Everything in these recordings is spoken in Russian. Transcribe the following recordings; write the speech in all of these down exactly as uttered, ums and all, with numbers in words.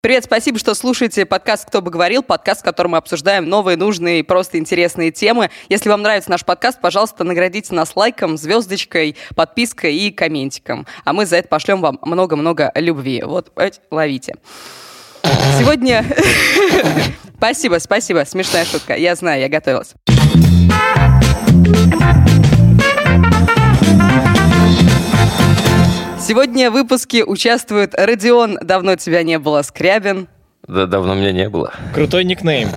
Привет, спасибо, что слушаете подкаст «Кто бы говорил», подкаст, в котором мы обсуждаем новые, нужные и просто интересные темы. Если вам нравится наш подкаст, пожалуйста, наградите нас лайком, звездочкой, подпиской и комментиком. А мы за это пошлем вам много-много любви. Вот, ловите. Сегодня... Спасибо, спасибо, смешная шутка. Я знаю, я готовилась. Сегодня в выпуске участвует Родион, давно тебя не было, Скрябин. Да, давно меня не было. Крутой никнейм.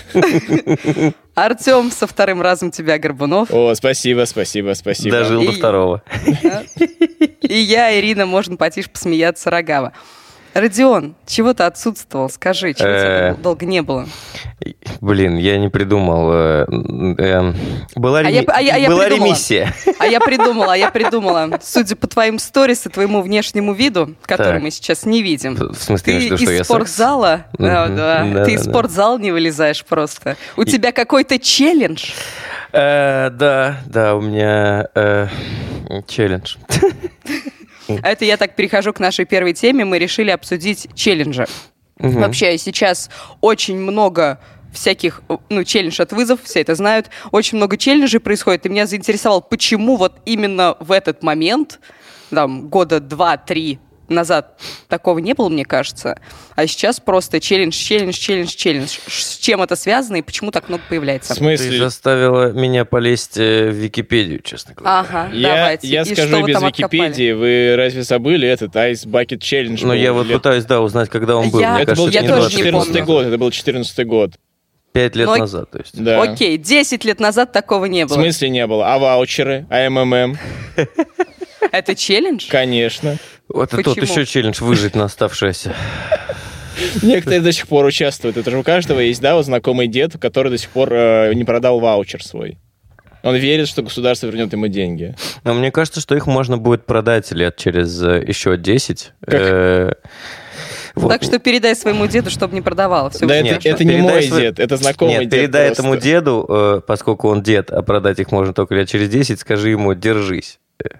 Артем, со вторым разом тебя, Горбунов. О, спасибо, спасибо, спасибо. Дожил И... до второго. И я, Ирина, можно потише посмеяться, Рогава. Родион, чего ты отсутствовал? Скажи, чего тебя долго не было? Блин, я не придумал. Была ремиссия. А я придумала, а я придумала. Судя по твоим сторис и твоему внешнему виду, который мы сейчас не видим. В смысле, ты что я из спортзала, ты из спортзала не вылезаешь просто. У тебя какой-то челлендж? Да, да, у меня челлендж. А это я так перехожу к нашей первой теме. Мы решили обсудить челленджи. Угу. Вообще сейчас очень много всяких, ну, челлендж от вызов, все это знают. Очень много челленджей происходит. И меня заинтересовало, почему вот именно в этот момент, там, года два-три назад такого не было, мне кажется. А сейчас просто челлендж, челлендж, челлендж, челлендж. С чем это связано и почему так много появляется? В смысле? Ты заставила меня полезть в Википедию, честно говоря. Ага, я, давайте. Я и скажу без Википедии, откопали? Вы разве забыли этот Ice Bucket Challenge? Ну, я вот лет... пытаюсь, да, узнать, когда он был. Я, мне это кажется, был я тоже четырнадцатый год, это был четырнадцатый год. Пять лет Но... назад, то есть. Да. Окей, десять лет назад такого не было. В смысле не было? А ваучеры? А эм эм эм? Это челлендж? Конечно. Вот это тот еще челлендж выжить на оставшееся. Некоторые до сих пор участвуют. Это же у каждого есть, да, вот знакомый дед, который до сих пор э, не продал ваучер свой. Он верит, что государство вернет ему деньги. Но мне кажется, что их можно будет продать лет через еще десять. Вот. Так что передай своему деду, чтобы не продавал. Все да, это, это не мой свой... дед, это знакомый Нет, дед. Передай просто. этому деду, поскольку он дед, а продать их можно только лет через десять, скажи ему «держись».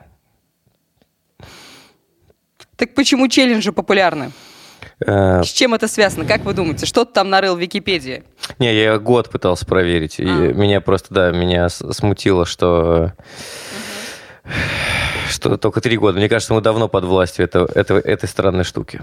Так почему челленджи популярны? С чем это связано? Как вы думаете? Что ты там нарыл в Википедии? Не, я год пытался проверить. А. И меня просто, да, меня смутило, что... Uh-huh. Что только три года. Мне кажется, мы давно под властью этого, этого, этой странной штуки.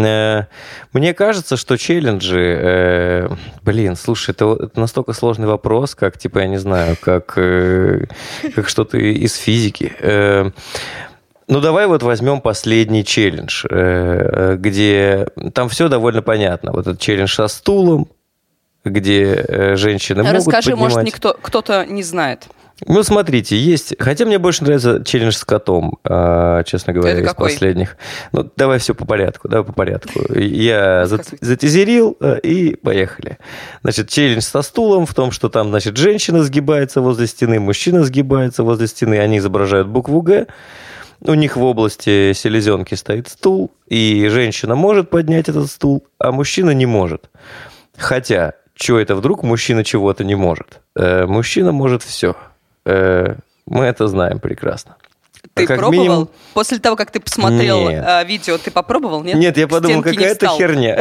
Мне кажется, что челленджи... Э, блин, слушай, это, это настолько сложный вопрос, как, типа, я не знаю, как, э, как что-то из физики. Э, ну, давай вот возьмем последний челлендж, э, где... Там все довольно понятно. Вот этот челлендж со стулом, где э, женщины Расскажи, могут поднимать... Расскажи, может, никто, кто-то не знает. Ну, смотрите, есть... Хотя мне больше нравится челлендж с котом, честно говоря, это из какой? последних. Ну, давай все по порядку, давай по порядку. Я затизерил, и поехали. Значит, челлендж со стулом в том, что там, значит, женщина сгибается возле стены, мужчина сгибается возле стены, они изображают букву «Г». У них в области селезенки стоит стул, и женщина может поднять этот стул, а мужчина не может. Хотя, что это вдруг мужчина чего-то не может? Мужчина может все. Мы это знаем прекрасно. Ты а пробовал? Минимум... После того, как ты посмотрел э, видео, ты попробовал? Нет, Нет, я подумал, какая-то херня.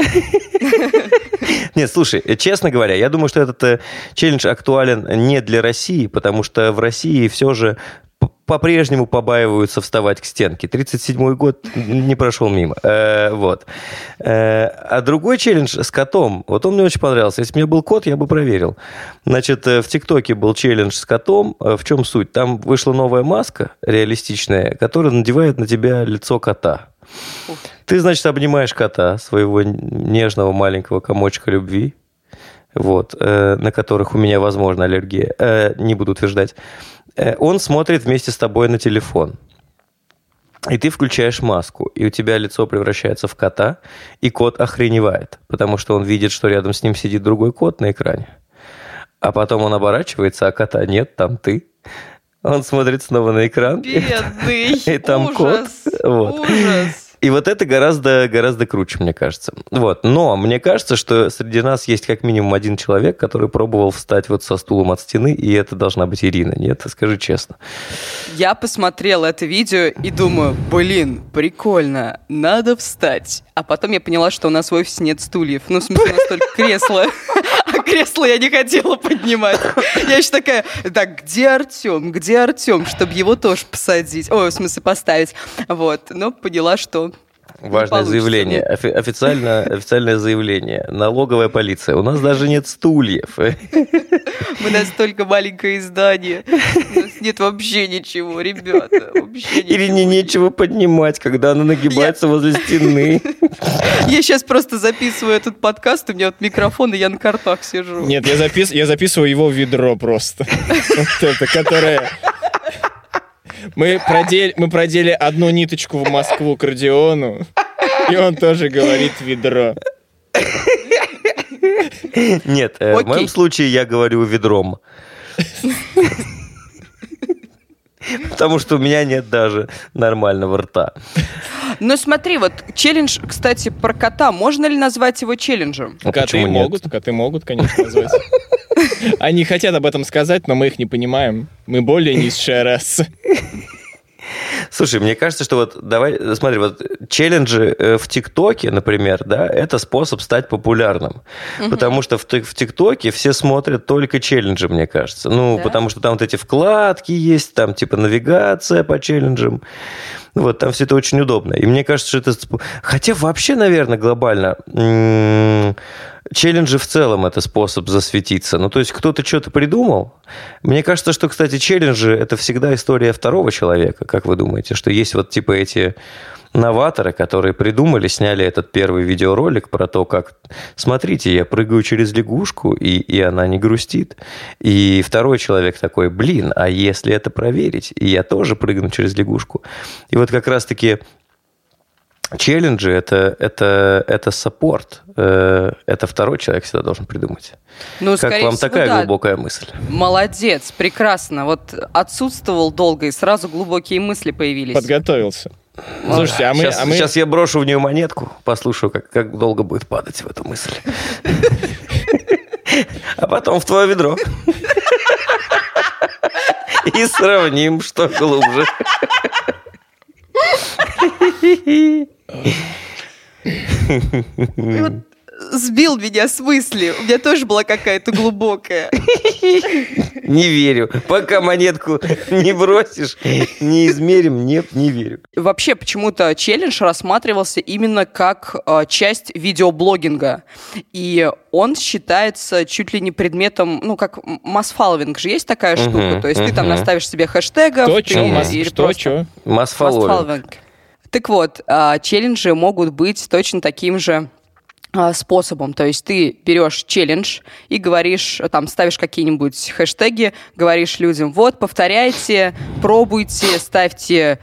Нет, слушай, честно говоря, я думаю, что этот челлендж актуален не для России, потому что в России все же по-прежнему побаиваются вставать к стенке. тридцать седьмой год не прошел мимо. Э, вот. Э, а другой челлендж с котом, вот он мне очень понравился. Если бы у меня был кот, я бы проверил. Значит, в ТикТоке был челлендж с котом. В чем суть? Там вышла новая маска реалистичная, которая надевает на тебя лицо кота. Ты, значит, обнимаешь кота, своего нежного маленького комочка любви, вот, э, на которых у меня, возможно, аллергия. Э, не буду утверждать. Он смотрит вместе с тобой на телефон. И ты включаешь маску, и у тебя лицо превращается в кота, и кот охреневает, потому что он видит, что рядом с ним сидит другой кот на экране. А потом он оборачивается, а кота нет, там ты. Он смотрит снова на экран. Бедный, и там ужас, кот. Вот. Ужас. И вот это гораздо, гораздо круче, мне кажется. Вот. Но мне кажется, что среди нас есть как минимум один человек, который пробовал встать вот со стулом от стены, и это должна быть Ирина. Нет? Скажи честно. Я посмотрела это видео и думаю, блин, прикольно, надо встать. А потом я поняла, что у нас в офисе нет стульев. Ну, в смысле, у нас только кресла. А кресло я не хотела поднимать. Я еще такая, так, где Артем? Где Артем? Чтобы его тоже посадить. Ой, в смысле, поставить. Вот. Но поняла, что... Важное заявление. Офи- официально, официальное заявление. Налоговая полиция. У нас даже нет стульев. Мы настолько маленькое издание. У нас нет вообще ничего, ребята. Вообще ничего. Ирине нечего поднимать, когда она нагибается я... возле стены. Я сейчас просто записываю этот подкаст, у меня вот микрофон, и я на картах сижу. Нет, я, запис... я записываю его в ведро просто. Вот это, которое... Мы продели, мы продели одну ниточку в Москву к Родиону, и он тоже говорит ведро. Нет, э, в моем случае я говорю ведром. Потому что у меня нет даже нормального рта. Ну смотри, вот челлендж, кстати, про кота. Можно ли назвать его челленджем? А коты могут, коты могут, конечно, назвать. Они хотят об этом сказать, но мы их не понимаем. Мы более низшая раса. Слушай, мне кажется, что вот давай, смотри, вот челленджи в ТикТоке, например, да, это способ стать популярным. Угу. Потому что в ТикТоке все смотрят только челленджи, мне кажется. Ну, да? Потому что там вот эти вкладки есть, там типа навигация по челленджам. Вот, там все это очень удобно. И мне кажется, что это... Хотя вообще, наверное, глобально... М- челленджи в целом это способ засветиться. Ну, то есть кто-то что-то придумал. Мне кажется, что, кстати, челленджи это всегда история второго человека. Как вы думаете, что есть вот типа эти новаторы, которые придумали, сняли этот первый видеоролик про то, как, смотрите, я прыгаю через лягушку, и, и она не грустит. И второй человек такой, блин, а если это проверить? И я тоже прыгну через лягушку. И вот как раз-таки... Челленджи это, это, это саппорт. Это второй человек всегда должен придумать. Ну, как вам всего, такая да. глубокая мысль? Молодец, прекрасно. Вот отсутствовал долго, и сразу глубокие мысли появились. Подготовился. Ну, Слушайте, а мы, сейчас, а мы... сейчас я брошу в нее монетку, послушаю, как, как долго будет падать в эту мысль. А потом в твое ведро. И сравним, что глубже. Вот сбил меня с мысли. У меня тоже была какая-то глубокая. Не верю. Пока монетку не бросишь, не измерим, нет, не верю. Вообще, почему-то челлендж рассматривался именно как э, часть видеоблогинга. И он считается чуть ли не предметом, ну, как масс-фолловинг же есть такая штука. Uh-huh, То есть uh-huh. ты там наставишь себе хэштегов. Что, что, масс, что, что? Масс-фолловинг. Так вот, э, челленджи могут быть точно таким же способом. То есть ты берешь челлендж и говоришь, там, ставишь какие-нибудь хэштеги, говоришь людям, вот, повторяйте, пробуйте, ставьте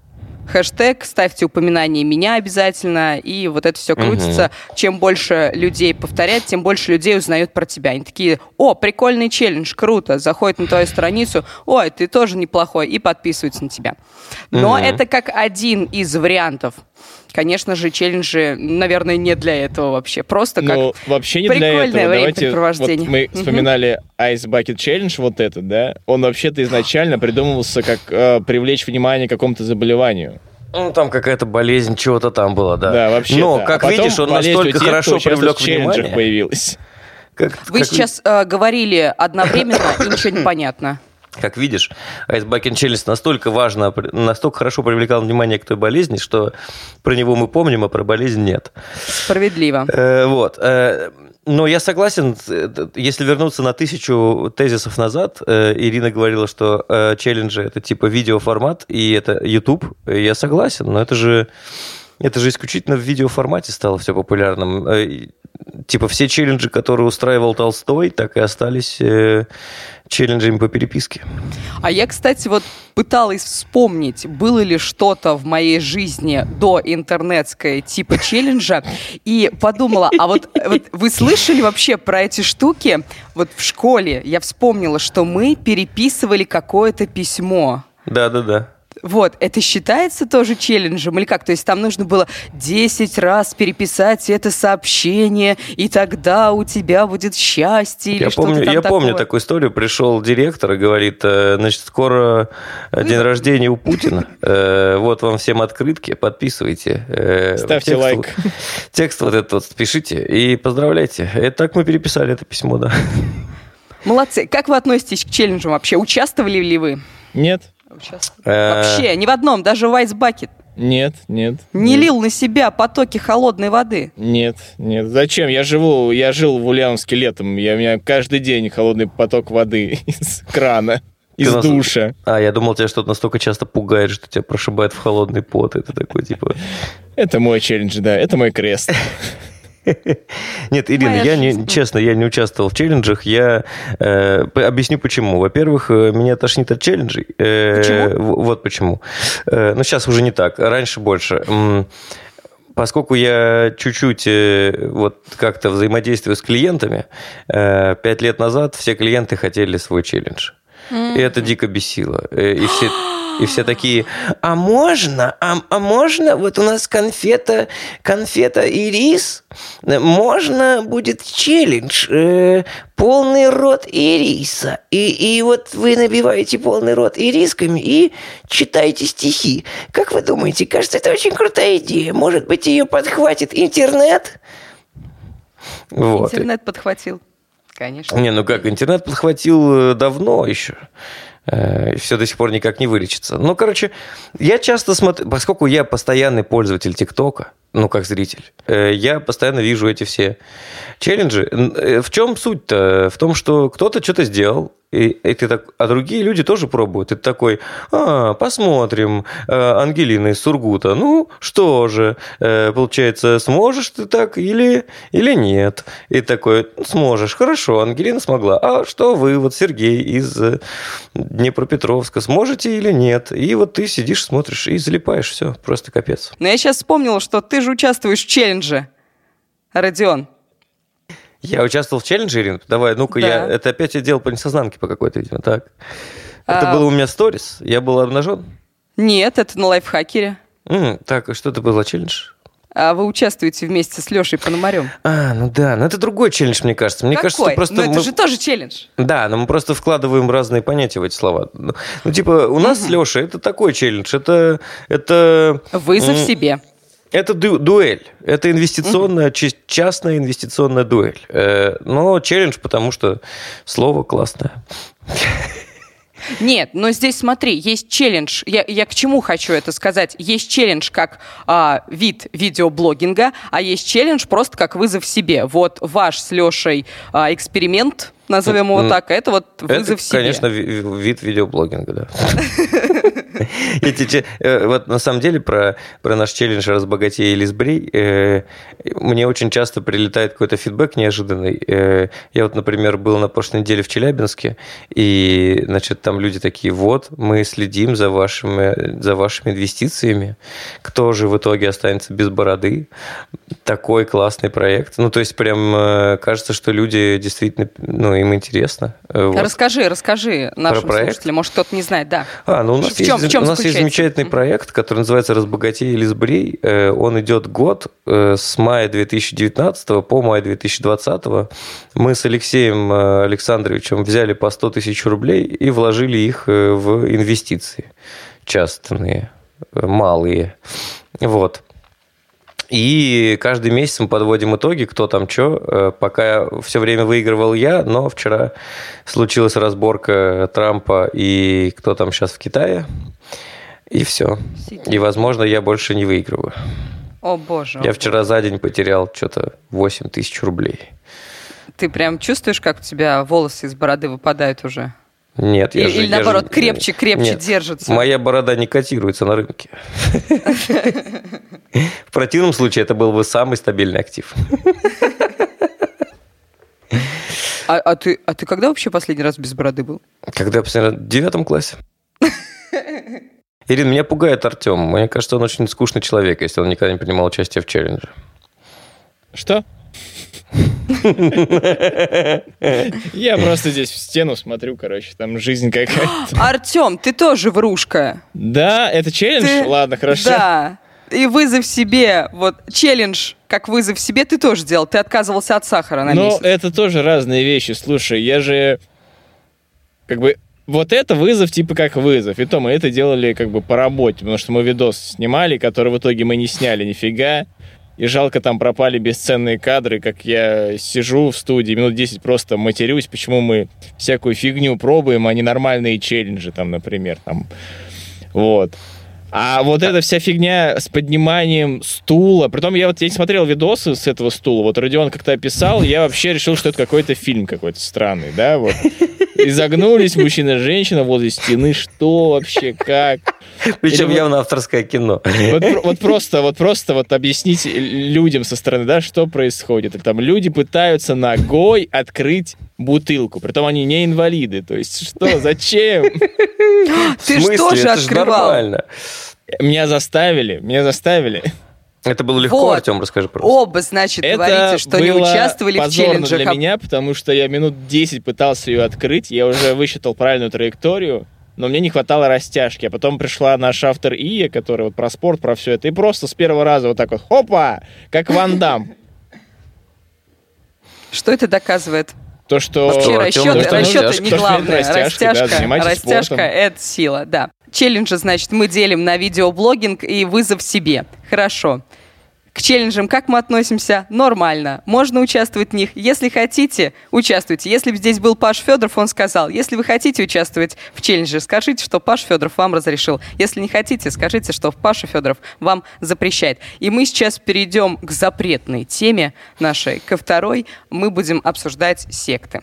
хэштег, ставьте упоминание меня обязательно, и вот это все крутится. Угу. Чем больше людей повторяют, тем больше людей узнают про тебя. Они такие, о, прикольный челлендж, круто, заходят на твою страницу, ой, ты тоже неплохой, и подписываются на тебя. Но угу. это как один из вариантов. Конечно же, челленджи, наверное, не для этого вообще. Просто как ну, вообще не прикольное для этого. времяпрепровождение. Вот мы вспоминали Ice Bucket Challenge, вот этот, да? Он вообще-то изначально придумывался как э, привлечь внимание к какому-то заболеванию. Ну, там какая-то болезнь, чего-то там была, да. Да, вообще. Но, да. как а видишь, он настолько тех, хорошо привлек внимание. Появилась. Как, Вы как... сейчас э, говорили одновременно, и ничего не понятно. Как видишь, Ice Bucket Challenge настолько важно, настолько хорошо привлекал внимание к той болезни, что про него мы помним, а про болезнь нет. Справедливо. Э, вот. Э, но я согласен, если вернуться на тысячу тезисов назад, э, Ирина говорила, что э, челленджи – это типа видеоформат, и это YouTube. Я согласен, но это же, это же исключительно в видеоформате стало все популярным. Э, типа все челленджи, которые устраивал Толстой, так и остались... Э, челленджами по переписке. А я, кстати, вот пыталась вспомнить, было ли что-то в моей жизни до интернетской типа челленджа, и подумала, а вот, вот вы слышали вообще про эти штуки? Вот в школе я вспомнила, что мы переписывали какое-то письмо. Да-да-да. Вот, это считается тоже челленджем или как? То есть там нужно было десять раз переписать это сообщение, и тогда у тебя будет счастье или я что-то помню, там Я такое. помню такую историю. Пришел директор и говорит, значит, скоро день рождения у Путина. Вот вам всем открытки, подписывайте. Ставьте текст, лайк. Текст вот этот вот пишите и поздравляйте. И так мы переписали это письмо, да. Молодцы. Как вы относитесь к челленджам вообще? Участвовали ли вы? Нет. Вообще, ни в одном, даже в Ice Bucket. Нет, нет. Не нет. лил на себя потоки холодной воды. Нет, нет. Зачем? Я живу, я жил в Ульяновске летом. Я, у меня каждый день холодный поток воды из крана, из нас... душа. А, я думал, тебя что-то настолько часто пугает, что тебя прошибает в холодный пот. Это такой, типа... Это мой челлендж, да. Это мой крест. Нет, Ирина, Моя я не, жизнь. честно, я не участвовал в челленджах. Я э, п- объясню почему. Во-первых, э, меня тошнит от челленджей. Э, Почему? в- Вот почему. Э, ну, сейчас уже не так. Раньше больше. М, Поскольку я чуть-чуть э, вот как-то взаимодействую с клиентами, э, пять лет назад все клиенты хотели свой челлендж. И это дико бесило. Э, И все, и все такие, а можно, а, а можно, вот у нас конфета, конфета и рис, можно будет челлендж, э, полный рот ириса. И, и вот вы набиваете полный рот ирисками и читаете стихи. Как вы думаете, кажется, это очень крутая идея. Может быть, ее подхватит интернет? Вот. Интернет подхватил. Конечно. Не, ну как, интернет подхватил давно еще. И все до сих пор никак не вылечится. Ну, короче, я часто смотрю, поскольку я постоянный пользователь ТикТока, ну, как зритель, я постоянно вижу эти все челленджи. В чем суть-то? В том, что кто-то что-то сделал, и, и ты так, а другие люди тоже пробуют. И ты такой, а, посмотрим, Ангелина из Сургута. Ну, что же, получается, сможешь ты так или, или нет? И такой, сможешь. Хорошо, Ангелина смогла. А что вы, вот Сергей из Днепропетровска, сможете или нет? И вот ты сидишь, смотришь и залипаешь. Все, просто капец. Но я сейчас вспомнила, что ты же участвуешь в челлендже, Родион. Я участвовал в челлендже, Ирина? Давай, ну-ка, Да. я... Это опять я делал по несознанке по какой-то, видимо, так. Это А- было у меня сторис? Я был обнажен? Нет, это на лайфхакере. М, так, а что это был за челлендж? А вы участвуете вместе с Лешей Пономарем. А, ну да, ну это другой челлендж, мне кажется. Мне Какой? кажется, что просто Но это мы- же тоже челлендж. Да, но мы просто вкладываем разные понятия в эти слова. Ну, типа, у нас с Лешей это такой челлендж. Это... это Вызов м, себе. Это ду- дуэль. Это инвестиционная, чи- частная инвестиционная дуэль. Э, но челлендж, потому что слово классное. Нет, но здесь смотри, есть челлендж. Я, я к чему хочу это сказать? Есть челлендж как а, вид видеоблогинга, а есть челлендж просто как вызов себе. Вот ваш с Лешей а, эксперимент, назовем его М, так, это вот вызов Это, себе. конечно, ви- вид видеоблогинга, да. Эти че- э, Вот на самом деле про, про наш челлендж «Разбогатей или сбрей» э, мне очень часто прилетает какой-то фидбэк неожиданный. Э, Я вот, например, был на прошлой неделе в Челябинске, и, значит, там люди такие, вот, мы следим за вашими, за вашими инвестициями, кто же в итоге останется без бороды. Такой классный проект. Ну, то есть, прям э, кажется, что люди действительно, ну, им интересно. Э, вот. Расскажи, расскажи нашим проект? слушателям, может, кто-то не знает, да. А, ну у нас, В чем- есть, в чем у нас есть заключается? замечательный Мгм. проект, который называется «Разбогатей или сбрей». Э, Он идет год э, с мая две тысячи девятнадцатого по май две тысячи двадцатого. Мы с Алексеем э, Александровичем взяли по сто тысяч рублей и вложили их э, в инвестиции частные, э, малые. Вот. И каждый месяц мы подводим итоги, кто там что. Пока все время выигрывал я, но вчера случилась разборка Трампа и кто там сейчас в Китае. И все. И, возможно, я больше не выигрываю. О, боже. Я вчера за день потерял что-то восемь тысяч рублей. Ты прям чувствуешь, как у тебя волосы из бороды выпадают уже? Нет, я Или, же... или я наоборот, же- крепче, крепче Нет, держится? моя борода не котируется на рынке. В противном случае это был бы самый стабильный актив. А, а, ты, а ты когда вообще последний раз без бороды был? Когда я последний раз в девятом классе. Ирина, меня пугает Артем. Мне кажется, он очень скучный человек, если он никогда не принимал участие в челлендже. Что? Я просто здесь в стену смотрю, короче, там жизнь какая-то. Артем, ты тоже врушка. Да, это челлендж? Ты... Ладно, хорошо. Да. И вызов себе, вот челлендж, как вызов себе, ты тоже делал. Ты отказывался от сахара на месяц. Ну, это тоже разные вещи. Слушай, я же как бы... Вот это вызов типа как вызов. И то мы это делали как бы по работе, потому что мы видос снимали, который в итоге мы не сняли нифига. И жалко, там пропали бесценные кадры, как я сижу в студии, минут десять просто матерюсь, почему мы всякую фигню пробуем, а не нормальные челленджи, там, например. Там. Вот. А вот эта вся фигня с подниманием стула... Притом я вот я не смотрел видосы с этого стула. Вот Родион как-то описал, я вообще решил, что это какой-то фильм какой-то странный, да, вот. Изогнулись мужчина и женщина возле стены. Что вообще, как? Причем Или явно вот, авторское кино. Вот, вот просто, вот просто вот объяснить людям со стороны, да, что происходит. Там люди пытаются ногой открыть бутылку. Притом они не инвалиды. То есть что, зачем? Ты что же открывал? Меня заставили, меня заставили. Это было легко, вот. Артем, расскажи просто. Оба, значит, это говорите, что не участвовали в челлендже. Это было для меня, потому что я минут десять пытался ее открыть, я уже высчитал правильную траекторию, но мне не хватало растяжки. А потом пришла наш автор Ия, который вот про спорт, про все это, и просто с первого раза вот так вот, хопа, как Ван Дам. Что это доказывает? То, что... Вообще расчеты, то, расчеты что не главное. Растяжка, растяжка, да, растяжка это сила, да. Челленджи, значит, мы делим на видеоблогинг и вызов себе. Хорошо. К челленджам как мы относимся? Нормально. Можно участвовать в них. Если хотите, участвуйте. Если бы здесь был Паш Федоров, он сказал, если вы хотите участвовать в челлендже, скажите, что Паш Федоров вам разрешил. Если не хотите, скажите, что Паша Федоров вам запрещает. И мы сейчас перейдем к запретной теме нашей, ко второй. Мы будем обсуждать секты.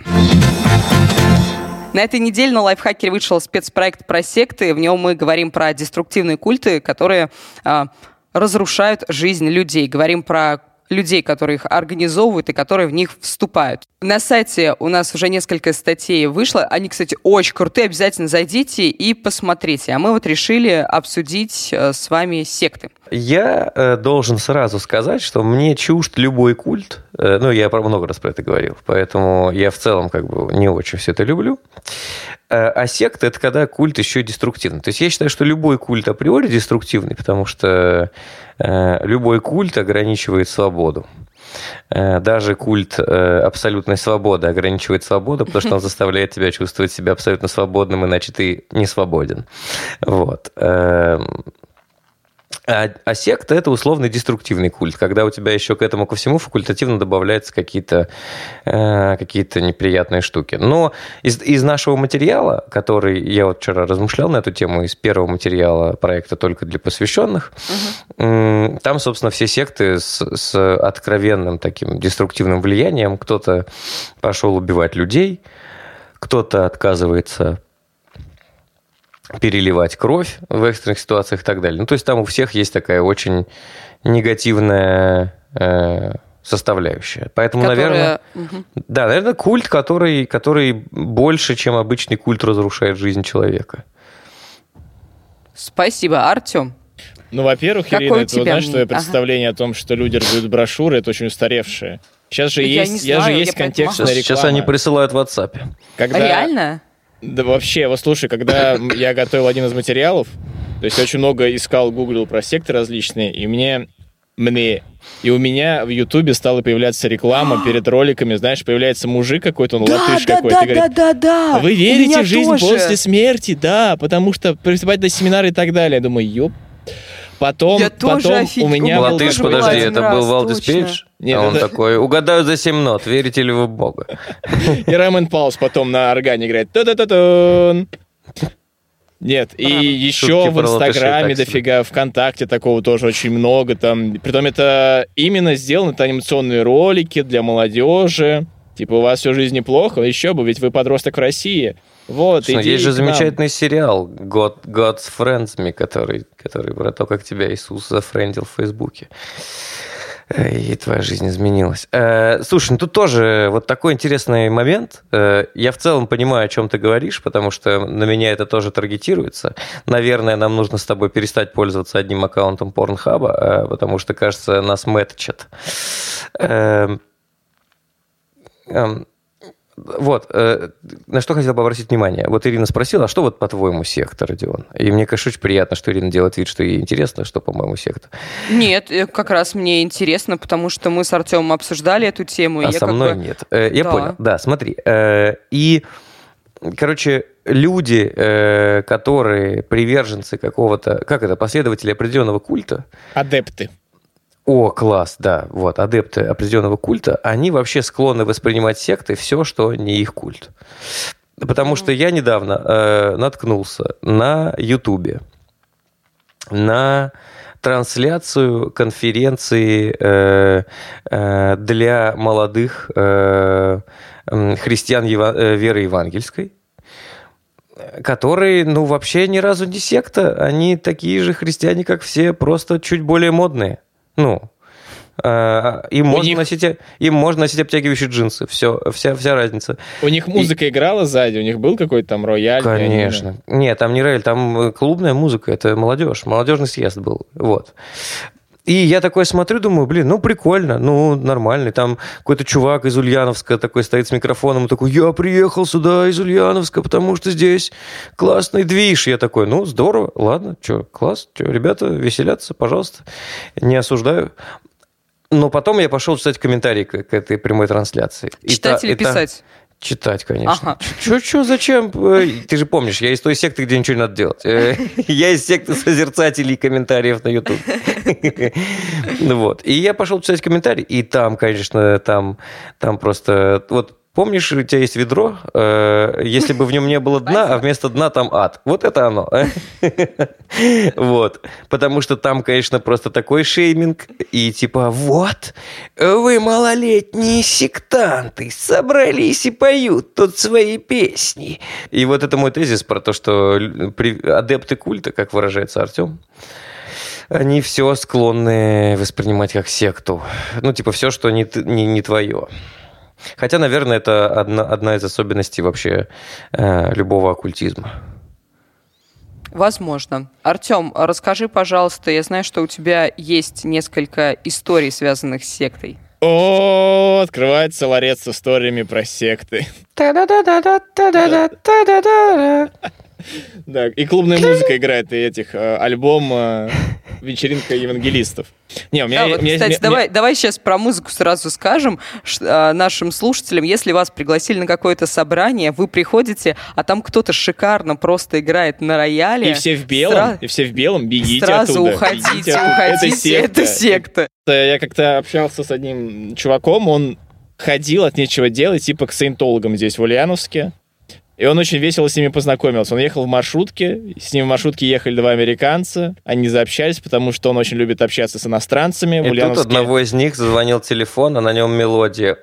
На этой неделе на Лайфхакере вышел спецпроект про секты. В нем мы говорим про деструктивные культы, которые э, разрушают жизнь людей. Говорим про людей, которые их организовывают и которые в них вступают. На сайте у нас уже несколько статей вышло. Они, кстати, очень крутые. Обязательно зайдите и посмотрите. А мы вот решили обсудить э, с вами секты. Я э, должен сразу сказать, что мне чужд любой культ. Э, ну, я много раз про это говорил. Поэтому я в целом как бы не очень все это люблю. Э, а секта – это когда культ еще и деструктивный. То есть я считаю, что любой культ априори деструктивный, потому что э, любой культ ограничивает свободу. Даже культ абсолютной свободы ограничивает свободу, потому что он заставляет тебя чувствовать себя абсолютно свободным, иначе ты не свободен. Вот. А, а секта – это условный деструктивный культ, когда у тебя еще к этому ко всему факультативно добавляются какие-то, э, какие-то неприятные штуки. Но из, из нашего материала, который я вот вчера размышлял на эту тему, из первого материала проекта «Только для посвященных», угу. э, там, собственно, все секты с, с откровенным таким деструктивным влиянием. Кто-то пошел убивать людей, кто-то отказывается переливать кровь в экстренных ситуациях и так далее. Ну, то есть там у всех есть такая очень негативная э, составляющая. Поэтому, Которая... наверное... Угу. Да, наверное, культ, который, который больше, чем обычный культ, разрушает жизнь человека. Спасибо. Артем? Ну, во-первых, Ирина, это, вот, знаешь, твое представление ага. о том, что люди рвут брошюры, это очень устаревшее. Сейчас же я есть, я знаю, же есть контекстная реклама. Сейчас они присылают в WhatsApp. Когда... Реально? Да вообще, вот слушай, когда я готовил один из материалов, то есть очень много искал, гуглил про секты различные, и мне, мне, и у меня в Ютубе стала появляться реклама перед роликами, знаешь, появляется мужик какой-то, он да, латыш да, какой-то, да, и говорит, да, да, да. вы верите в жизнь тоже. после смерти? Да, потому что приступать на семинары и так далее. Я думаю, ёп. Потом, я потом офиг... у меня был... Латыш, подожди, это раз, был Валдис Пейдж? Нет, а он это... такой, угадаю за семь нот, верите ли вы в Бога? И Раймонд Паулс потом на органе играет. Та-та-та-тун. Нет, и еще в Инстаграме дофига, ВКонтакте такого тоже очень много. Там. Притом это именно сделано, это анимационные ролики для молодежи. Типа, у вас всю жизнь неплохо, еще бы, ведь вы подросток в России. Вот, Слушай, есть же замечательный сериал God, God's Friends Me, который, который про то, как тебя Иисус зафрендил в Фейсбуке. И твоя жизнь изменилась. Слушай, ну тут тоже вот такой интересный момент. Я в целом понимаю, о чем ты говоришь, потому что на меня это тоже таргетируется. Наверное, нам нужно с тобой перестать пользоваться одним аккаунтом Порнхаба, потому что, кажется, нас мэтчат. эм, вот, э, на что хотел бы обратить внимание. Вот Ирина спросила, а что вот по-твоему секта, Родион? И мне, конечно, очень приятно, что Ирина делает вид, что ей интересно, что, по-моему, секта. Нет, как раз мне интересно, потому что мы с Артемом обсуждали эту тему. А и я со как мной бы... нет. Э, я Да. понял, да, смотри. Э, и, короче, люди, э, которые приверженцы какого-то, как это, последователи определенного культа. Адепты. О, класс, да, вот, адепты определенного культа, они вообще склонны воспринимать секты все, что не их культ. Потому что я недавно э, наткнулся на Ютубе на трансляцию конференции э, э, для молодых э, христиан ева- э, веры евангельской, которые, ну, вообще ни разу не секта, они такие же христиане, как все, просто чуть более модные. Ну, э, им, можно них... носить, им можно носить обтягивающие джинсы. Все, вся, вся разница. У них музыка и... играла сзади? У них был какой-то там рояль? Конечно. Пианино? Нет, там не рояль, там клубная музыка. Это молодежь. Молодежный съезд был. Вот. И я такой смотрю, думаю, блин, ну прикольно, ну нормально. Там какой-то чувак из Ульяновска такой стоит с микрофоном, такой, я приехал сюда из Ульяновска, потому что здесь классный движ. Я такой, ну здорово, ладно, что, класс, что, ребята веселятся, пожалуйста, не осуждаю. Но потом я пошел читать комментарии к, к этой прямой трансляции. Читать и или та, писать? Та... Читать, конечно. Ага. Че, зачем? Ты же помнишь, я из той секты, где ничего не надо делать. Я из секты созерцателей комментариев на YouTube. Вот. И я пошел читать комментарии, и там, конечно, там, там просто... Вот помнишь, у тебя есть ведро, если бы в нем не было дна, а вместо дна там ад. Вот это оно. Вот. Потому что там, конечно, просто такой шейминг. И типа, вот, вы малолетние сектанты, собрались и поют тут свои песни. И вот это мой тезис про то, что адепты культа, как выражается Артем, они все склонны воспринимать как секту. Ну, типа, все, что не, не, не твое. Хотя, наверное, это одна, одна из особенностей вообще э, любого оккультизма. Возможно. Артем, расскажи, пожалуйста, я знаю, что у тебя есть несколько историй, связанных с сектой. О, открывается ларец с историями про секты. Да, и клубная музыка играет, и этих э, альбом э, «Вечеринка евангелистов». Не, у меня, да, вот, у меня, кстати, меня, давай, меня... давай сейчас про музыку сразу скажем ш, а, нашим слушателям. Если вас пригласили на какое-то собрание, вы приходите, а там кто-то шикарно просто играет на рояле. И все в белом, сра... и все в белом, бегите сразу оттуда. уходите, бегите уходите, оттуда. Это секта. это секта. Я как-то общался с одним чуваком, он ходил от нечего делать, типа к саентологам здесь, в Ульяновске. И он очень весело с ними познакомился. Он ехал в маршрутке, с ним в маршрутке ехали два американца. Они заобщались, потому что он очень любит общаться с иностранцами. И в Ульяновске... тут одного из них зазвонил телефон, а на нем мелодия.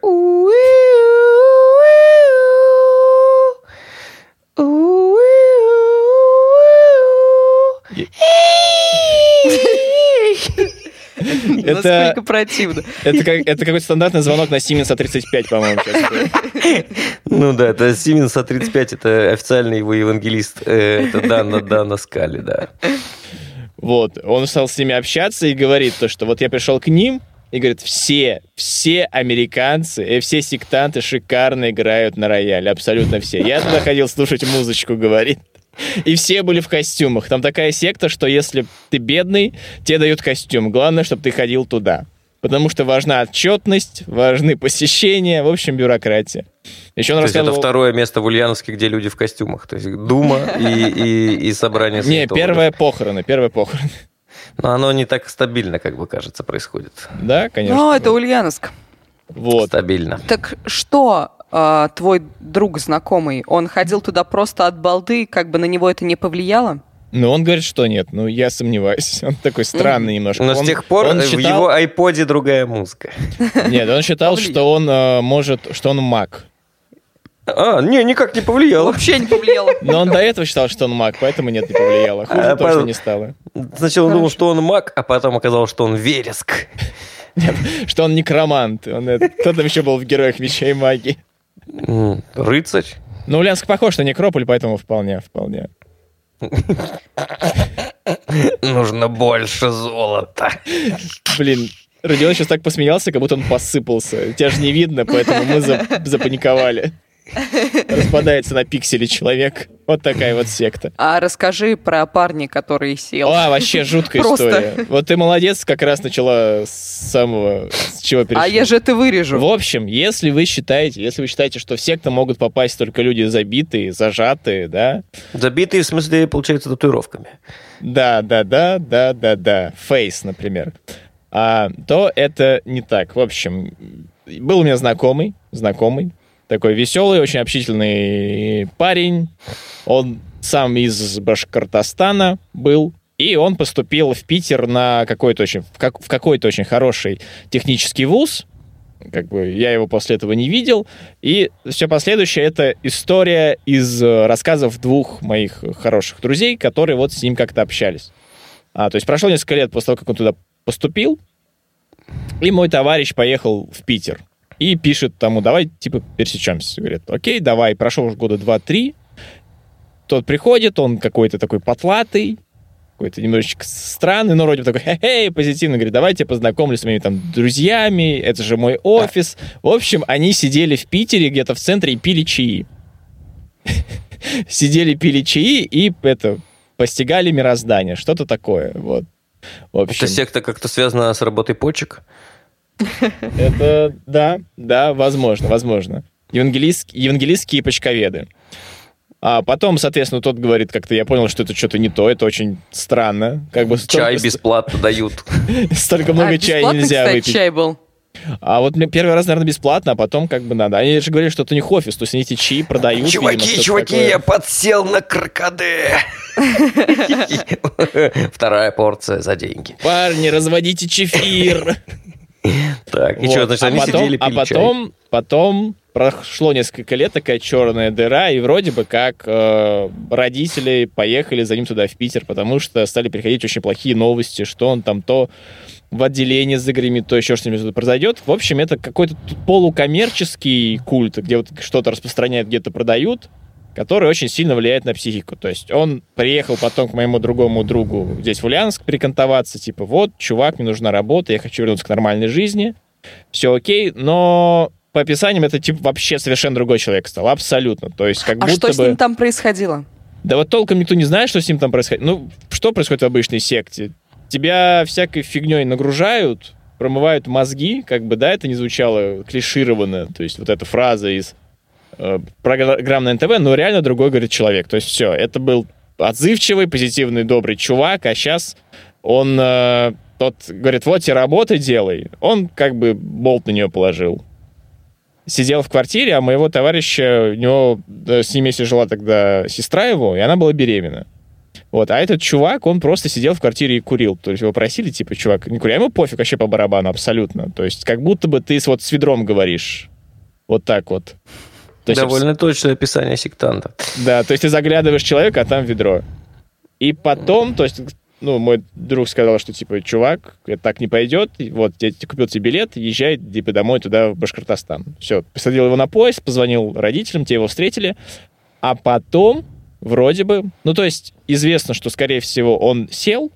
Это... Насколько противно. Это, как, это какой-то стандартный звонок на Siemens а тридцать пять, по-моему, сейчас будет. Ну да, это Siemens а тридцать пять, это официальный его евангелист. Это Дана, Дана Скали, да. Вот, он стал с ними общаться и говорит то, что вот я пришел к ним, и говорит, все, все американцы и все сектанты шикарно играют на рояле, абсолютно все. Я туда ходил слушать музычку, говорит. И все были в костюмах. Там такая секта, что если ты бедный, тебе дают костюм. Главное, чтобы ты ходил туда. Потому что важна отчетность, важны посещения, в общем, бюрократия. Еще он То рассказывал... есть это второе место в Ульяновске, где люди в костюмах. То есть дума и, и, и собрание саентологов. Не, первое похороны, первое похороны. Но оно не так стабильно, как бы кажется, происходит. Да, конечно. Ну, это Ульяновск. Вот. Стабильно. Так что... Uh, твой друг знакомый, он ходил туда просто от балды, как бы на него это не повлияло? Ну, он говорит, что нет. Ну, я сомневаюсь. Он такой странный mm. немножко. Но он, с тех пор он в считал... его айподе другая музыка. Нет, он считал, что он uh, может, что он маг. А, не, никак не повлияло. Вообще не повлияло. Но он до этого считал, что он маг, поэтому нет, не повлияло. Хуже а, точно не стало. Сначала он думал, что он маг, а потом оказалось, что он вереск. Нет, что он некромант. Он, это, кто там еще был в «Героях меча и магии»? Рыцарь. Ну, Ульяновск похож на некрополь, поэтому вполне, вполне. Нужно больше золота. Блин, Родион сейчас так посмеялся, как будто он посыпался. Тебя же не видно, поэтому мы запаниковали. Распадается на пиксели человек. Вот такая вот секта. А расскажи про парня, который сел. А, вообще жуткая Просто. история. Вот ты молодец, как раз начала с самого, с чего перешла. А я же это вырежу. В общем, если вы считаете, если вы считаете, что в секту могут попасть только люди забитые, зажатые, да? Забитые, в смысле, получается, татуировками. Да, да, да, да, да, да. Фейс, например. А, то это не так. В общем, был у меня знакомый, знакомый, такой веселый, очень общительный парень. Он сам из Башкортостана был. И он поступил в Питер на какой-то очень, в, как, в какой-то очень хороший технический вуз. Как бы я его после этого не видел. И все последующее — это история из рассказов двух моих хороших друзей, которые вот с ним как-то общались. А, то есть прошло несколько лет после того, как он туда поступил, и мой товарищ поехал в Питер. И пишет тому: давай, типа, пересечемся. Говорит: окей, давай. Прошло уже года два-три. Тот приходит, он какой-то такой потлатый, какой-то немножечко странный, но вроде бы такой хе-хей, позитивно. Говорит: давайте познакомлюсь с моими там друзьями, это же мой офис. В общем, они сидели в Питере где-то в центре и пили чаи. Сидели, пили чаи и это, постигали мироздание. Что-то такое. Вот. В общем, эта секта как-то связана с работой почек? Это, да, да, возможно, возможно. Евангелист, евангелистские почковеды. А потом, соответственно, тот говорит, как-то я понял, что это что-то не то, это очень странно. Как бы чай столько, бесплатно дают. Столько много а, чая нельзя кстати, выпить. Чай был. А вот мне первый раз, наверное, бесплатно, а потом как бы надо. Они же говорили, что это у них офис, то есть они эти чаи продают. Чуваки, видимо, чуваки, такое. Я подсел на крокоде. Вторая порция за деньги. Парни, разводите чефир. Так, и вот. Что, значит, они а потом, сидели, пили А потом, чай. потом прошло несколько лет, такая черная дыра, и вроде бы как э, родители поехали за ним туда, в Питер, потому что стали приходить очень плохие новости, что он там то в отделении загремит, то еще что-нибудь произойдет. В общем, это какой-то полукоммерческий культ, где вот что-то распространяют, где-то продают, который очень сильно влияет на психику. То есть он приехал потом к моему другому другу здесь в Ульяновск перекантоваться, типа, вот, чувак, мне нужна работа, я хочу вернуться к нормальной жизни, все окей, но по описаниям это, типа, вообще совершенно другой человек стал, абсолютно. То есть как а будто что бы... с ним там происходило? Да вот толком никто не знает, что с ним там происходит. Ну, что происходит в обычной секте? Тебя всякой фигней нагружают, промывают мозги, как бы, да, это не звучало клишированно, то есть вот эта фраза из программ на эн тэ вэ, но реально другой, говорит, человек. То есть все, это был отзывчивый, позитивный, добрый чувак, а сейчас он, э, тот говорит, вот тебе работы делай. Он как бы болт на нее положил. Сидел в квартире, а моего товарища, у него с ним вместе жила тогда сестра его, и она была беременна. Вот, а этот чувак, он просто сидел в квартире и курил. То есть его просили, типа, чувак, не кури, а ему пофиг вообще по барабану абсолютно. То есть как будто бы ты с, вот, с ведром говоришь. Вот так вот. То есть, довольно точное описание сектанта. Да, то есть ты заглядываешь человека, а там ведро. И потом, то есть, ну, мой друг сказал, что, типа, чувак, это так не пойдет, вот, я купил тебе билет, езжай, типа, домой туда, в Башкортостан. Все, посадил его на поезд, позвонил родителям, те его встретили, а потом, вроде бы, ну, то есть, известно, что, скорее всего, он сел,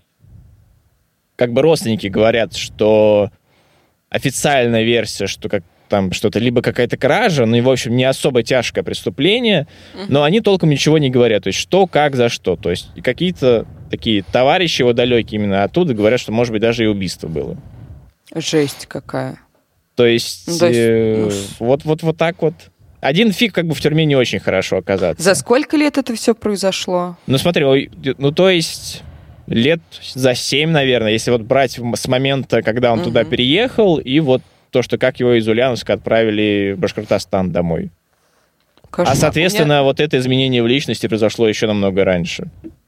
как бы родственники говорят, что официальная версия, что как там что-то, либо какая-то кража, ну и, в общем, не особо тяжкое преступление, но они толком ничего не говорят, то есть что, как, за что. То есть какие-то такие товарищи его далекие именно оттуда говорят, что, может быть, даже и убийство было. Жесть какая. То есть, ну, то есть э, ну... вот, вот, вот так вот. Один фиг как бы в тюрьме не очень хорошо оказаться. За сколько лет это все произошло? Ну смотри, ну то есть... лет за семь, наверное, если вот брать с момента, когда он угу. туда переехал, и вот то, что как его из Ульяновска отправили в Башкортостан домой. Кошмар. А, соответственно, меня... вот это изменение в личности произошло еще намного раньше.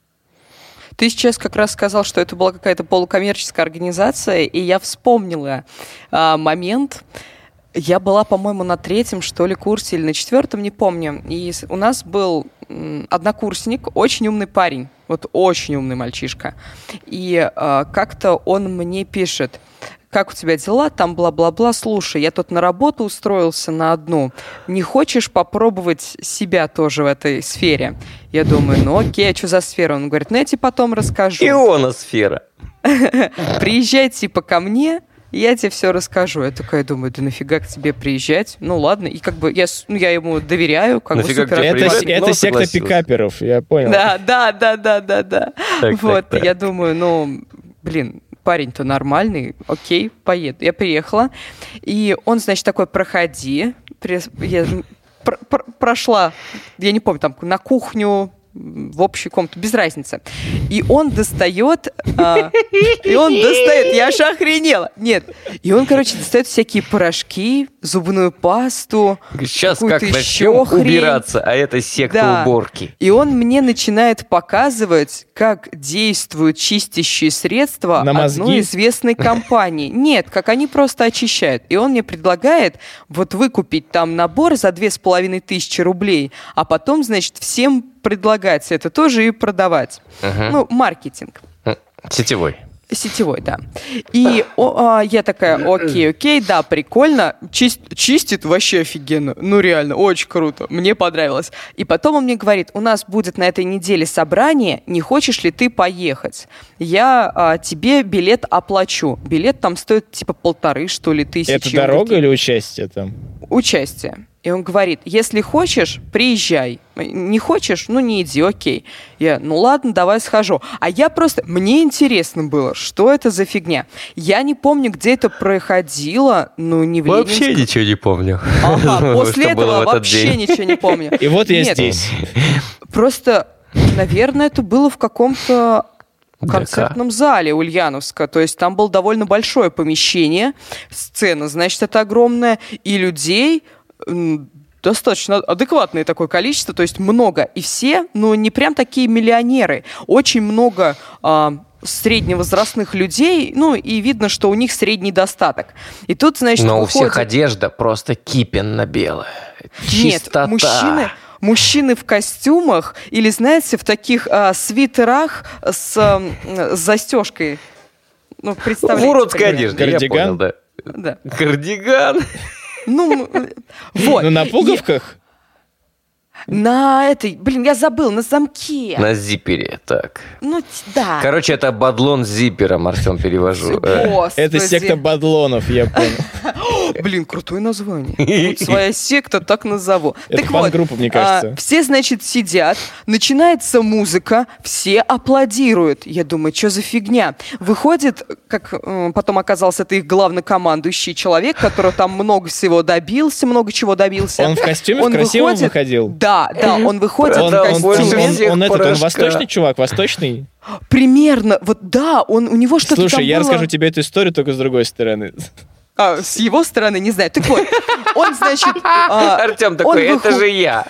Ты сейчас как раз сказал, что это была какая-то полукоммерческая организация, и я вспомнила а, момент. Я была, по-моему, на третьем, что ли, курсе, или на четвертом, не помню. И у нас был м, однокурсник, очень умный парень, вот очень умный мальчишка. И а, как-то он мне пишет: как у тебя дела, там бла-бла-бла, слушай, я тут на работу устроился на одну, не хочешь попробовать себя тоже в этой сфере? Я думаю, ну окей, а что за сфера? Он говорит, ну я тебе потом расскажу. Ионосфера. Приезжай типа ко мне, я тебе все расскажу. Я такая думаю, да нафига к тебе приезжать? Ну ладно, и как бы я, ну, я ему доверяю, как нафига бы супер. Это, это секта пикаперов, я понял. Да, да, да, да, да, да. Так, вот, так, так. я думаю, ну, блин, парень-то нормальный, окей, поеду. Я приехала, и он, значит, такой, проходи. Я пр- пр- прошла, я не помню, там, на кухню, в общую комнату, без разницы. И он достает, а, и он достает, я аж охренела. Нет, и он, короче, достает всякие порошки, зубную пасту, сейчас как какую-то начнем еще хрень. убираться, а это секта Да. уборки. И он мне начинает показывать, как действуют чистящие средства На мозги? одной известной компании. Нет, как они просто очищают. И он мне предлагает вот выкупить там набор за две с половиной тысячи рублей, а потом, значит, всем предлагать это тоже и продавать. Ага. Ну, маркетинг. Сетевой. Сетевой, да. И о, а, я такая, окей, окей, да, прикольно. Чист, чистит вообще офигенно. Ну, реально, очень круто. Мне понравилось. И потом он мне говорит, у нас будет на этой неделе собрание, не хочешь ли ты поехать? Я а, тебе билет оплачу. Билет там стоит типа полторы, что ли, тысячи. Это дорога или участие там? Участие. И он говорит, если хочешь, приезжай. Не хочешь, ну не иди, окей. Я, ну ладно, давай схожу. А я просто... Мне интересно было, что это за фигня. Я не помню, где это проходило, ну не в Вообще Ленинском. ничего не помню. Ага, после Что было этого в этот вообще день. ничего не помню. И вот я Нет, здесь. Просто, наверное, это было в каком-то ДК. концертном зале Ульяновска. То есть там было довольно большое помещение, сцена, значит, это огромная, и людей... м, достаточно адекватное такое количество, то есть много. И все, ну, не прям такие миллионеры. Очень много а, средневозрастных людей, ну, и видно, что у них средний достаток. И тут, значит, Но у выходит... всех одежда просто кипенно-белая. Нет, Чистота. мужчины... Мужчины в костюмах или, знаете, в таких а, свитерах с, а, с застежкой. Ну, представляете. В уродской примерно. одежде, я Кардиган? понял, да. Да. Кардиган. Ну, вот. Ну, на пуговках? На этой, блин, я забыл, на замке. На зипере, так. Ну, т- да. Короче, это бадлон с зипером, Артем, перевожу. Э, Господи. Это секта бадлонов, я понял. Блин, крутое название. Вот своя секта, так назову. Это Так вот, фан-группа, мне кажется. а, все, значит, сидят, начинается музыка, все аплодируют. Я думаю, что за фигня? Выходит, как м, потом оказался, это их главнокомандующий человек, который там много всего добился, много чего добился. Он в костюме, в Он красивом выходит- выходил? Да, да, он выходит Он, в он, он, больше костюме. он- всех он этот, он порошка. восточный чувак, восточный? Примерно, вот да, он, у него что-то там Слушай, я было. расскажу тебе эту историю только с другой стороны. А, с его стороны, не знаю. Так вот, он, значит... а, Артем такой, он это выход- же я.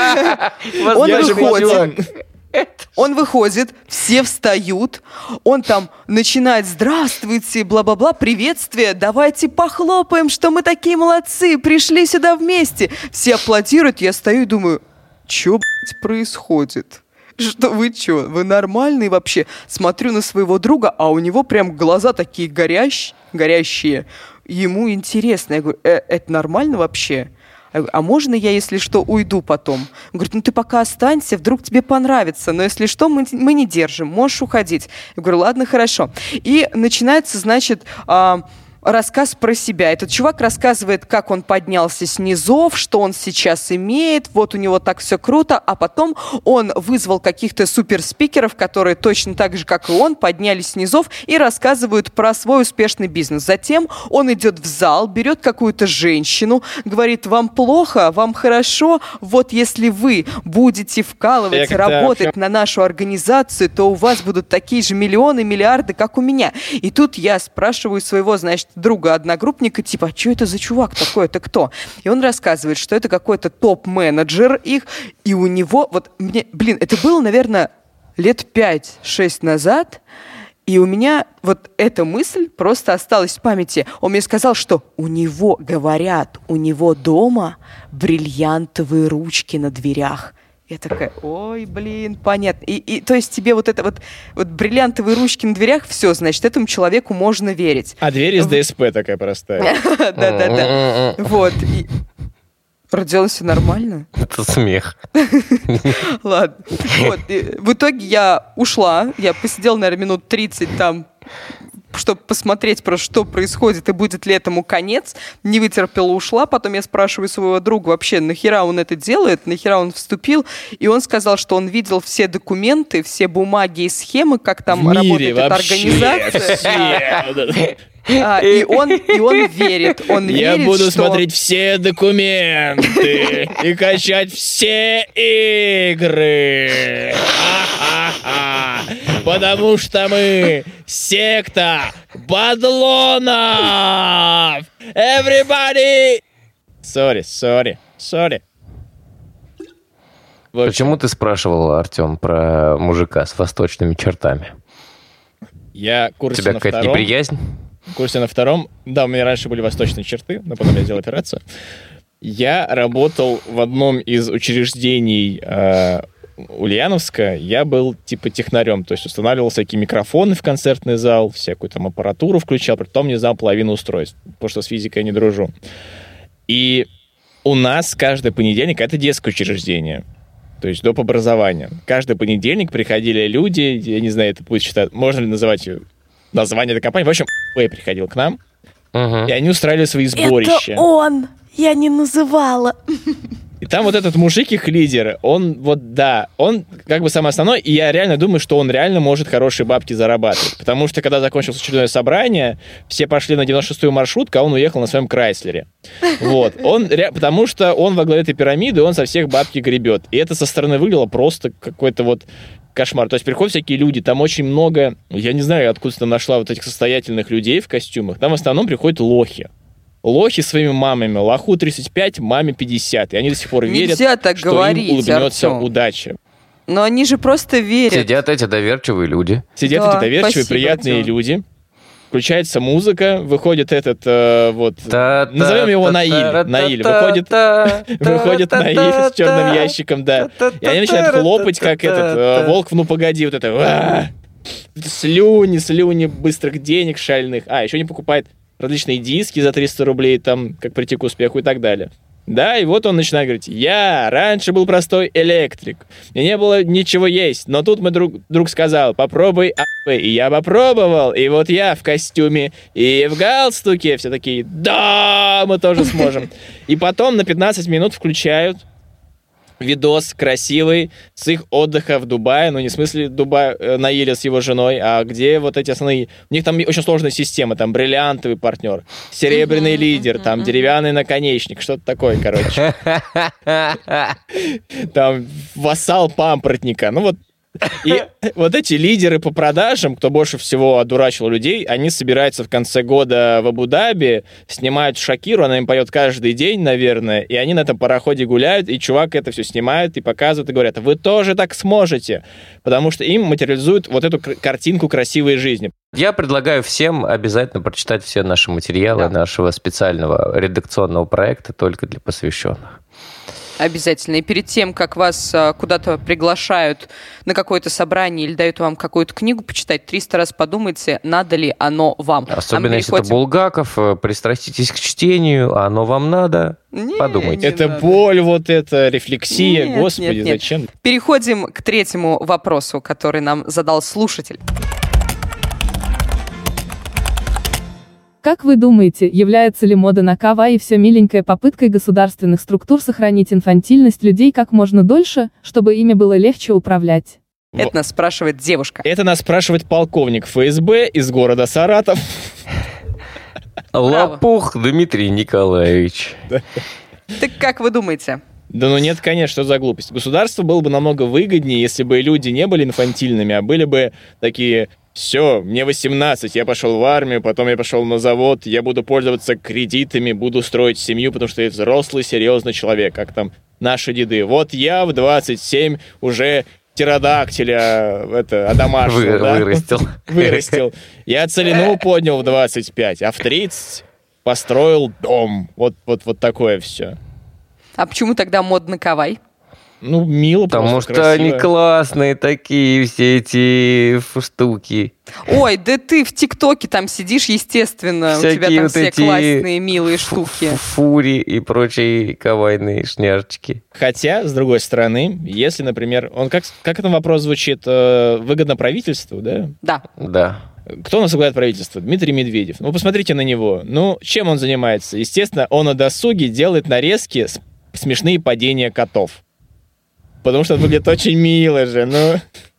Он Я же выходит, падлон. он выходит, все встают, он там начинает «Здравствуйте», бла-бла-бла, приветствие, давайте похлопаем, что мы такие молодцы, пришли сюда вместе. Все аплодируют, я стою и думаю, что, блядь, происходит? Что вы что, вы нормальные вообще? Смотрю на своего друга, а у него прям глаза такие горящ, горящие. Ему интересно. Я говорю, э, это нормально вообще? Я говорю, а можно я, если что, уйду потом? Он говорит, ну ты пока останься, вдруг тебе понравится, но если что, мы, мы не держим, можешь уходить. Я говорю, ладно, хорошо. И начинается, значит... а, рассказ про себя. Этот чувак рассказывает, как он поднялся с низов, что он сейчас имеет, вот у него так все круто, а потом он вызвал каких-то суперспикеров, которые точно так же, как и он, поднялись с низов и рассказывают про свой успешный бизнес. Затем он идет в зал, берет какую-то женщину, говорит, вам плохо, вам хорошо, вот если вы будете вкалывать, Эх, работать да. на нашу организацию, то у вас будут такие же миллионы, миллиарды, как у меня. И тут я спрашиваю своего, значит, друга-одногруппника, типа, а что это за чувак такой, это кто? И он рассказывает, что это какой-то топ-менеджер их, и у него, вот мне, блин, это было, наверное, лет пять-шесть назад, и у меня вот эта мысль просто осталась в памяти. Он мне сказал, что у него, говорят, у него дома бриллиантовые ручки на дверях. Я такая, ой, блин, понятно. И, и то есть тебе вот это вот, вот бриллиантовые ручки на дверях, все, значит, этому человеку можно верить. А дверь из ДСП такая простая. Да-да-да. Вот. И родилось все нормально. Это смех. Ладно. Вот. И в итоге я ушла. Я посидела, наверное, минут тридцать там, чтобы посмотреть просто, что происходит и будет ли этому конец. Не вытерпела, ушла. Потом я спрашиваю своего друга, вообще, нахера он это делает, нахера он вступил. И он сказал, что он видел все документы, все бумаги и схемы, как там В работает мире эта вообще организация. все. А, и, он, и он верит. Он Я верит, буду что... смотреть все документы и качать все игры. Ха-ха-ха. Потому что мы секта бадлонов. Everybody! Sorry, sorry, sorry. Вот. Почему ты спрашивал, Артем, про мужика с восточными чертами? Я курсе У тебя на какая-то втором. неприязнь? В курсе на втором. Да, у меня раньше были восточные черты, но потом я сделал операцию. Я работал в одном из учреждений э, Ульяновска. Я был типа технарем, то есть устанавливал всякие микрофоны в концертный зал, всякую там аппаратуру включал, притом не знал половину устройств, потому что с физикой я не дружу. И у нас каждый понедельник, это детское учреждение, то есть доп. Образования. Каждый понедельник приходили люди, я не знаю, это будет считать, можно ли называть название этой компании. В общем, Эй приходил к нам, Угу. и они устраивали свои сборища. Это он! Я не называла. И там вот этот мужик, их лидер, он вот, да, он как бы самый основной, и я реально думаю, что он реально может хорошие бабки зарабатывать. Потому что, когда закончилось очередное собрание, все пошли на девяносто шестую маршрутку, а он уехал на своем Крайслере. Вот. Он, потому что он во главе этой пирамиды, он со всех бабки гребет. И это со стороны выглядело просто какой-то вот кошмар. То есть приходят всякие люди, там очень много, я не знаю, откуда ты нашла вот этих состоятельных людей в костюмах, там в основном приходят лохи. Лохи своими мамами. Лоху тридцать пять, маме пятьдесят. И они до сих пор верят, Нельзя так что говорить, им улыбнется Артём. удача. Но они же просто верят. Сидят эти доверчивые люди. Сидят Да, эти доверчивые, спасибо, приятные Артём. люди. Включается музыка, выходит этот э, вот... Та- Назовем его та- Наиль. та- Наиль. та- Выходит, та- выходит та- Наиль та- с черным та- ящиком, да. та- И они начинают та- хлопать, та- как та- этот та- э, волк, ну погоди, вот это. «Ва!» Слюни, слюни быстрых денег шальных. А, еще они покупают различные диски за триста рублей, там, как прийти к успеху и так далее. Да, и вот он начинает говорить: я раньше был простой электрик, мне не было ничего есть, но тут мой друг, друг сказал: попробуй АП, и я попробовал, и вот я в костюме и в галстуке, все такие: да, мы тоже сможем. И потом на пятнадцать минут включают видос красивый с их отдыха в Дубае, ну не в смысле Дубая, э, Наиля с его женой, а где вот эти основные... У них там очень сложная система, там бриллиантовый партнер, серебряный лидер, там деревянный наконечник, что-то такое, короче. Там вассал пампортника, ну вот. И вот эти лидеры по продажам, кто больше всего одурачил людей, они собираются в конце года в Абу-Даби, снимают Шакиру, она им поет каждый день, наверное, и они на этом пароходе гуляют, и чувак это все снимает и показывает, и говорят: вы тоже так сможете, потому что им материализуют вот эту к- картинку красивой жизни. Я предлагаю всем обязательно прочитать все наши материалы Да. нашего специального редакционного проекта только для посвященных. Обязательно. И перед тем, как вас а, куда-то приглашают на какое-то собрание или дают вам какую-то книгу почитать, триста раз подумайте, надо ли оно вам. Особенно А мы если это переходим- Булгаков, э, пристраститесь к чтению, а оно вам надо, Не, подумайте. не Это надо. боль, вот это рефлексия, Нет, господи, нет, нет. зачем? Переходим к третьему вопросу, который нам задал слушатель. Как вы думаете, является ли мода на кавай и все миленькое попыткой государственных структур сохранить инфантильность людей как можно дольше, чтобы ими было легче управлять? Это нас спрашивает девушка. Это нас спрашивает полковник эф эс бэ из города Саратов. Лопух Дмитрий Николаевич. Так как вы думаете? Да ну нет, конечно, что за глупость. Государству было бы намного выгоднее, если бы люди не были инфантильными, а были бы такие: все, мне восемнадцать, я пошел в армию, потом я пошел на завод, я буду пользоваться кредитами, буду строить семью, потому что я взрослый, серьезный человек, как там наши деды. Вот я в двадцать семь уже птеродактиля, это, одомашнил, Вы- да? вырастил. Вырастил. Я целину поднял в двадцать пять, а в тридцать построил дом. Вот, вот, вот такое все. А почему тогда модно кавай? Ну, мило, Потому просто что они красиво. классные такие, все эти ф- штуки. Ой, да ты в ТикТоке там сидишь, естественно, у тебя Всякие там вот все эти классные, милые фу- штуки. фу- Фури и прочие кавайные шняшечки. Хотя, с другой стороны, если, например, он как, как этот вопрос звучит, э, выгодно правительству, да? Да. Да. Кто у нас возглавляет правительство? Дмитрий Медведев. Ну, посмотрите на него. Ну, чем он занимается? Естественно, он на досуге делает нарезки с смешные падения котов. Потому что это выглядит очень мило же, ну...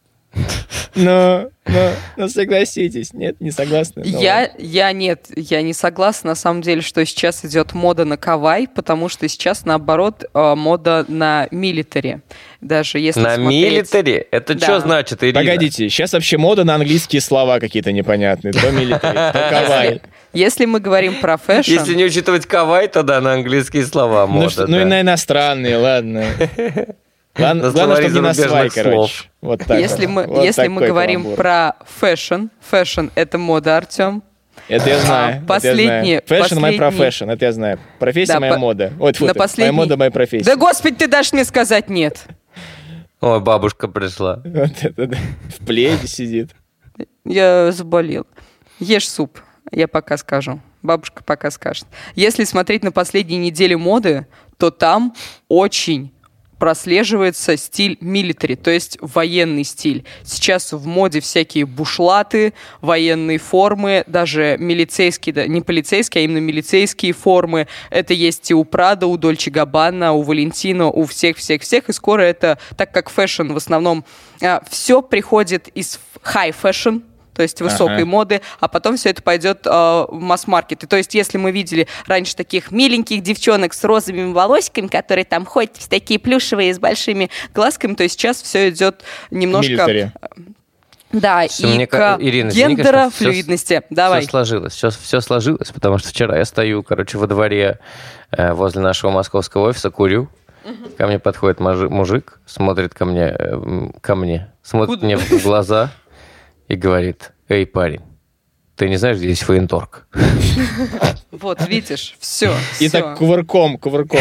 Ну, ну, ну, согласитесь. Нет, не согласны? Ну, я, я нет, я не согласна, на самом деле, что сейчас идет мода на кавай, потому что сейчас, наоборот, мода на милитари. Даже если на смотреть... милитари? Это да. Что значит, Ирина? Погодите, сейчас вообще мода на английские слова какие-то непонятные. То милитари, то кавай. Если мы говорим про фэшн... Если не учитывать кавай, то да, на английские слова мода. Ну, ну и на иностранные, ладно. Главное, главное чтобы не на свай, короче. Вот так если вот. мы, вот если мы говорим каламбур. про фэшн, фэшн — это мода, Артем. Это я знаю. А, последний, Фэшн — моя профессион, это я знаю. Профессия — да, моя по... мода. Ой, тьфу, на последний... моя мода — моя профессия. Да, господи, ты дашь мне сказать нет. Ой, бабушка пришла. Вот это да. В пледе сидит. Я заболел. Ешь суп, я пока скажу. Бабушка пока скажет. Если смотреть на последние недели моды, то там очень... прослеживается стиль милитари, то есть военный стиль. Сейчас в моде всякие бушлаты, военные формы, даже милицейские, да, не полицейские, а именно милицейские формы. Это есть и у Прада, у Дольче Габбана, у Валентино, у всех-всех-всех. И скоро это, так как фэшн в основном, все приходит из хай-фэшн, то есть высокой ага. моды, а потом все это пойдет э, в масс-маркет. И то есть если мы видели раньше таких миленьких девчонок с розовыми волосиками, которые там ходят в такие плюшевые с большими глазками, то сейчас все идет немножко... Милитари. Да, все, и мне, к Ирина, гендера, извини, флюидности. Все, Давай. Все сложилось, все, все сложилось, потому что вчера я стою, короче, во дворе э, возле нашего московского офиса, курю. Угу. Ко мне подходит мужик, мужик смотрит ко мне, э, ко мне, смотрит Куда? мне в глаза и говорит: «Эй, парень, ты не знаешь, где здесь военторг?» Вот, видишь, все. И так кувырком, кувырком.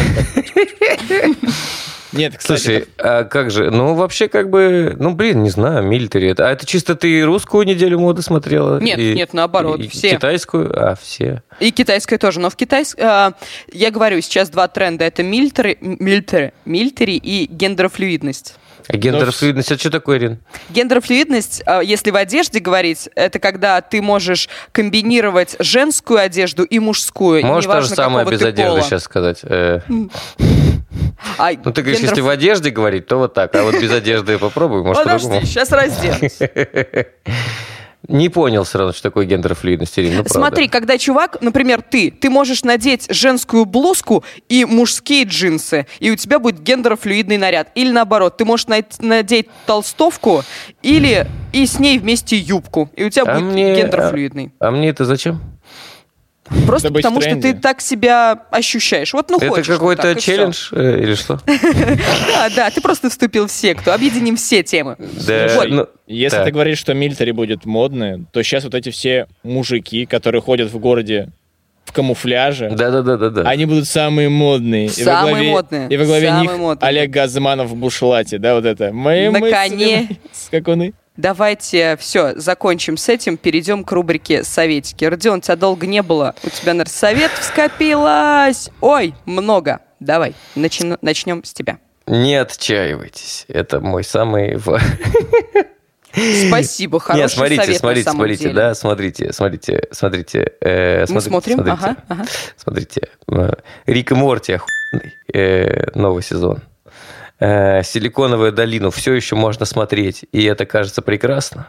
Нет, кстати... Слушай, а как же? Ну, вообще, как бы... Ну, блин, не знаю, милитари. Это... А это чисто ты русскую неделю моды смотрела? Нет, и... нет, наоборот, и все. Китайскую? А, все. И китайская тоже. Но в китайской... Э, я говорю, сейчас два тренда. Это милитари, милитари, милитари и гендерфлюидность. А гендерфлюидность, это что такое, Ирин? Гендерфлюидность, если в одежде говорить, это когда ты можешь комбинировать женскую одежду и мужскую. Можешь то же самое без одежды пола. Сейчас сказать. А ну, ты говоришь, гендер... если в одежде говорить, то вот так. А вот без одежды попробуй, может, подожди, по-другому. Сейчас разденусь. Не понял сразу, что такое гендерфлюидность, Ирина, ну, смотри, когда чувак, например, ты, ты можешь надеть женскую блузку и мужские джинсы, и у тебя будет гендерфлюидный наряд. Или наоборот, ты можешь надеть толстовку или и с ней вместе юбку, и у тебя а будет мне... гендерфлюидный. А, а мне это зачем? Просто потому, что ты так себя ощущаешь. Вот, ну, это хочешь. Это какой-то вот челлендж э, или что? Да, да, ты просто вступил в секту. Объединим все темы. Если ты говоришь, что милитари будет модное, то сейчас вот эти все мужики, которые ходят в городе в камуфляже, да, да, да, да, да. они будут самые модные. Самые модные. И во главе них Олег Газманов в бушлате, да, вот это. На коне. Скакуны. Давайте, все, закончим с этим, перейдем к рубрике «Советики». Родион, тебя долго не было, у тебя, наверное, советов скопилось. Ой, много. Давай, начи- начнем с тебя. Не отчаивайтесь, это мой самый... Спасибо, хороший Нет, смотрите, совет смотрите, на самом смотрите, деле. да, смотрите, смотрите, смотрите. Э, Мы смотрите, смотрим, смотрите, ага, ага. Смотрите, Рик и Морти, охуенный, э, новый сезон. «Силиконовую долину» все еще можно смотреть, и это кажется прекрасно.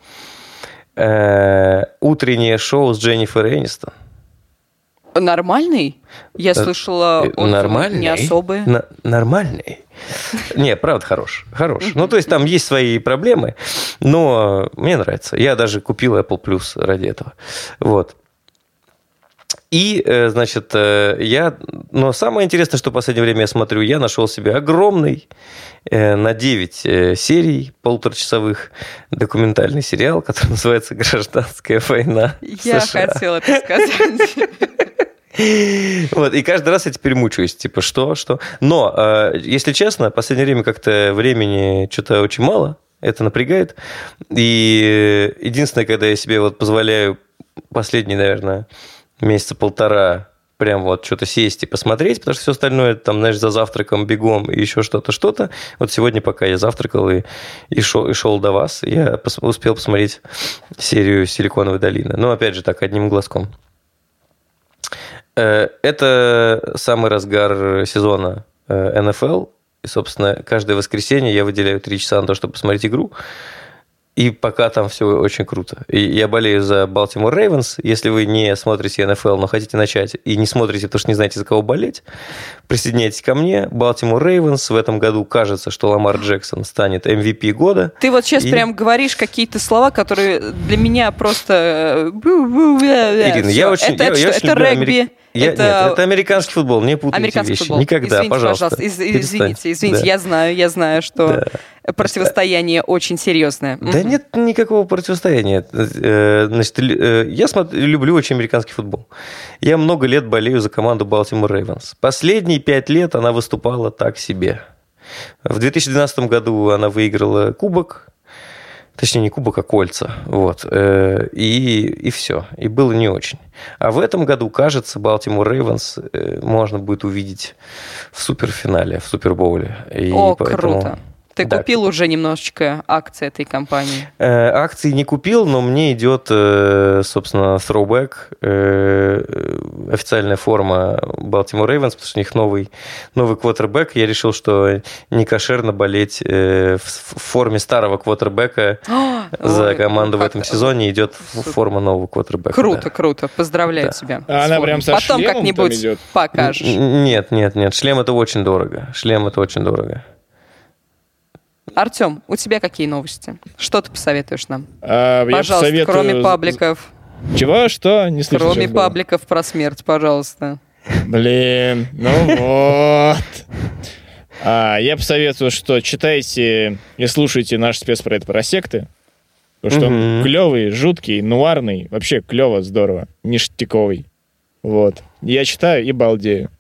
Утреннее шоу с Дженнифер Энистон. Нормальный? Я слышала, он нормальный? Не особый. Н- нормальный? Не, правда, хорош. Хорош. Ну, то есть там есть свои проблемы, но мне нравится. Я даже купил Apple Plus ради этого. Вот. И, значит, я... Но самое интересное, что в последнее время я смотрю, я нашел себе огромный на девять серий полуторачасовых документальный сериал, который называется «Гражданская война». Я США. хотела это сказать. Вот, и каждый раз я теперь мучаюсь, типа, что, что. Но, если честно, в последнее время как-то времени что-то очень мало, это напрягает. И единственное, когда я себе вот позволяю последние, наверное... месяца полтора прям вот что-то сесть и посмотреть, потому что все остальное, там, знаешь, за завтраком, бегом и еще что-то, что-то. Вот сегодня, пока я завтракал и, и, шел, и шел до вас, я пос, успел посмотреть серию «Силиконовой долины». Но, опять же, так, одним глазком. Это самый разгар сезона эн эф эл. И, собственно, каждое воскресенье я выделяю три часа на то, чтобы посмотреть игру. И пока там все очень круто. И я болею за Baltimore Ravens. Если вы не смотрите эн эф эл, но хотите начать и не смотрите, потому что не знаете, за кого болеть, присоединяйтесь ко мне. Baltimore Ravens. В этом году кажется, что Ламар Джексон станет эм ви пи года. Ты вот сейчас и... прям говоришь какие-то слова, которые для меня просто... Ирина, я очень, это, я, это, я это очень люблю регби. Амери... Я, это... Нет, это американский футбол, не путайте американский вещи. Футбол. Никогда, извините, пожалуйста. пожалуйста. Из, извините, извините, да. я знаю, я знаю, что да. противостояние очень серьезное. Да угу. нет никакого противостояния. Значит, я смотрю, люблю очень американский футбол. Я много лет болею за команду Baltimore Ravens. Последние пять лет она выступала так себе. В две тысячи двенадцатом году она выиграла кубок. Точнее, не кубок, а кольца. Вот. И, и все. И было не очень. А в этом году, кажется, Baltimore Ravens можно будет увидеть в суперфинале, в Супербоуле. И О, поэтому... круто. Ты да. купил уже немножечко акции этой компании? Э, акции не купил, но мне идет, э, собственно, throwback, э, официальная форма Baltimore Ravens, потому что у них новый, новый квотербэк. Я решил, что не кошерно болеть э, в, в форме старого квотербэка за команду в этом сезоне. Идет форма нового квотербэка. Круто, да. круто. Поздравляю да. тебя. А она прям со Потом шлемом как-нибудь там идет? покажешь. Нет, нет, нет. Шлем это очень дорого. Шлем это очень дорого. Артем, у тебя какие новости? Что ты посоветуешь нам? А, пожалуйста, я посоветую... кроме пабликов. Чего? Что? Не слышу. Кроме пабликов про смерть, пожалуйста. Блин, ну вот. А, я посоветую, что читайте и слушайте наш спецпроект про секты. Потому что он клевый, жуткий, нуарный. Вообще клево, здорово. Ништяковый. Вот. Я читаю и балдею.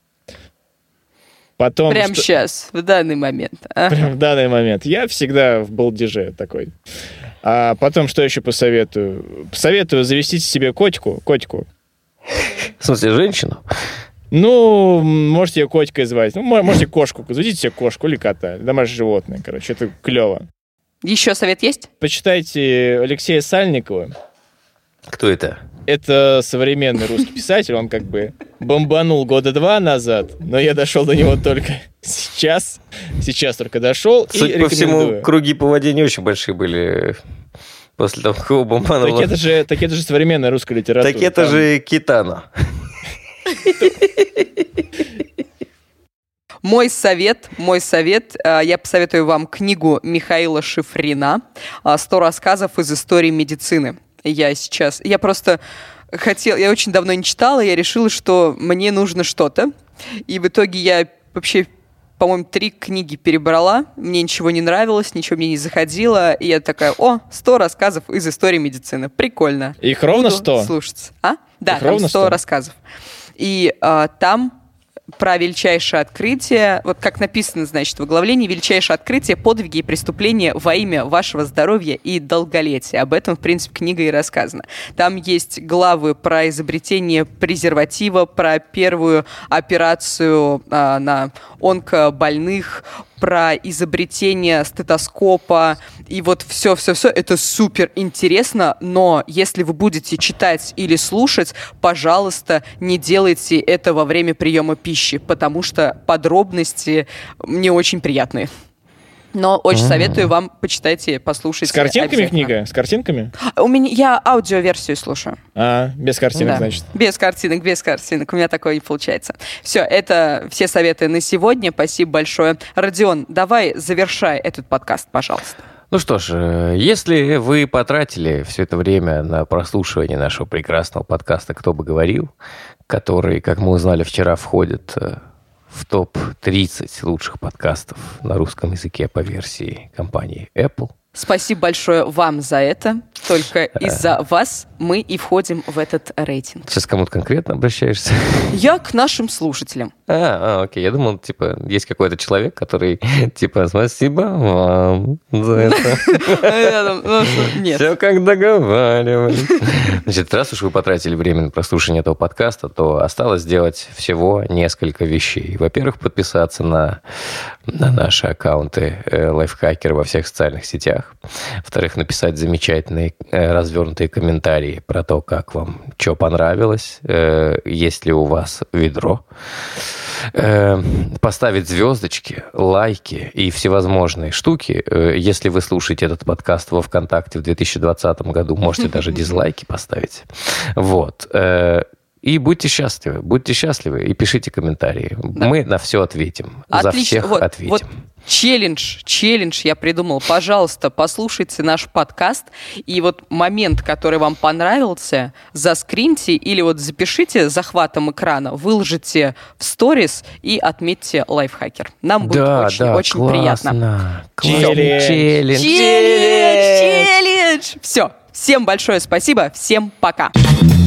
Потом, Прямо что... сейчас, в данный момент. А? Прям в данный момент. Я всегда в балдеже такой. А потом, что еще посоветую? Посоветую завести себе котику. Котику. В смысле, женщину? Ну, можете ее котикой звать. Ну, можете кошку. Заведите себе кошку или кота. Домашнее животное, короче. Это клево. Еще совет есть? Почитайте Алексея Сальникова. Кто это? Это современный русский писатель, он как бы бомбанул года два назад, но я дошел до него только сейчас. Сейчас только дошел Судя и по всему, круги по воде не очень большие были после того, как его бомбануло. Так это же, так это же современная русская литература. Так это там... же Китано. Мой совет, мой совет, я посоветую вам книгу Михаила Шифрина «сто рассказов из истории медицины». Я сейчас, я просто хотела, я очень давно не читала, я решила, что мне нужно что-то, и в итоге я вообще, по-моему, три книги перебрала, мне ничего не нравилось, ничего мне не заходило, и я такая, о, сто рассказов из истории медицины, прикольно. Их ровно Буду сто? Слушаться. А? Да, Их там ровно сто рассказов. И а, там про величайшее открытие, вот как написано, значит, в оглавлении, величайшее открытие, подвиги и преступления во имя вашего здоровья и долголетия. Об этом, в принципе, книга и рассказана. Там есть главы про изобретение презерватива, про первую операцию а, на онкобольных, про изобретение стетоскопа, и вот все-все-все, это супер интересно, но если вы будете читать или слушать, пожалуйста, не делайте это во время приема пищи, потому что подробности не очень приятные. Но очень mm-hmm. советую вам, почитайте, послушайте. С картинками книга? С картинками? У меня, я аудиоверсию слушаю. А, без картинок, да. значит? Без картинок, без картинок. У меня такое не получается. Все, это все советы на сегодня. Спасибо большое. Родион, давай завершай этот подкаст, пожалуйста. Ну что ж, если вы потратили все это время на прослушивание нашего прекрасного подкаста «Кто бы говорил», который, как мы узнали вчера, входит в топ тридцать лучших подкастов на русском языке по версии компании Apple. Спасибо большое вам за это. Только из-за вас мы и входим в этот рейтинг. Сейчас кому-то конкретно обращаешься? Я к нашим слушателям. А, а, окей. Я думал, типа, есть какой-то человек, который, типа, спасибо вам за это. Нет. Все как договаривались. Значит, раз уж вы потратили время на прослушивание этого подкаста, то осталось сделать всего несколько вещей. Во-первых, подписаться на, на наши аккаунты Лайфхакера во всех социальных сетях. Во-вторых, написать замечательные развернутые комментарии про то, как вам что понравилось, есть ли у вас ведро. Поставить звездочки, лайки и всевозможные штуки. Если вы слушаете этот подкаст во ВКонтакте в две тысячи двадцатом году, можете даже дизлайки поставить. Вот. И будьте счастливы, будьте счастливы и пишите комментарии. Да. Мы на все ответим. Отлично. За всех вот, ответим. Вот челлендж, челлендж я придумал. Пожалуйста, послушайте наш подкаст. И вот момент, который вам понравился, заскриньте или вот запишите захватом экрана, выложите в сторис и отметьте Лайфхакер. Нам будет да, очень, да, очень классно. приятно. Челлендж. Челлендж. Челлендж. Челлендж. Все. Всем большое спасибо. Всем пока.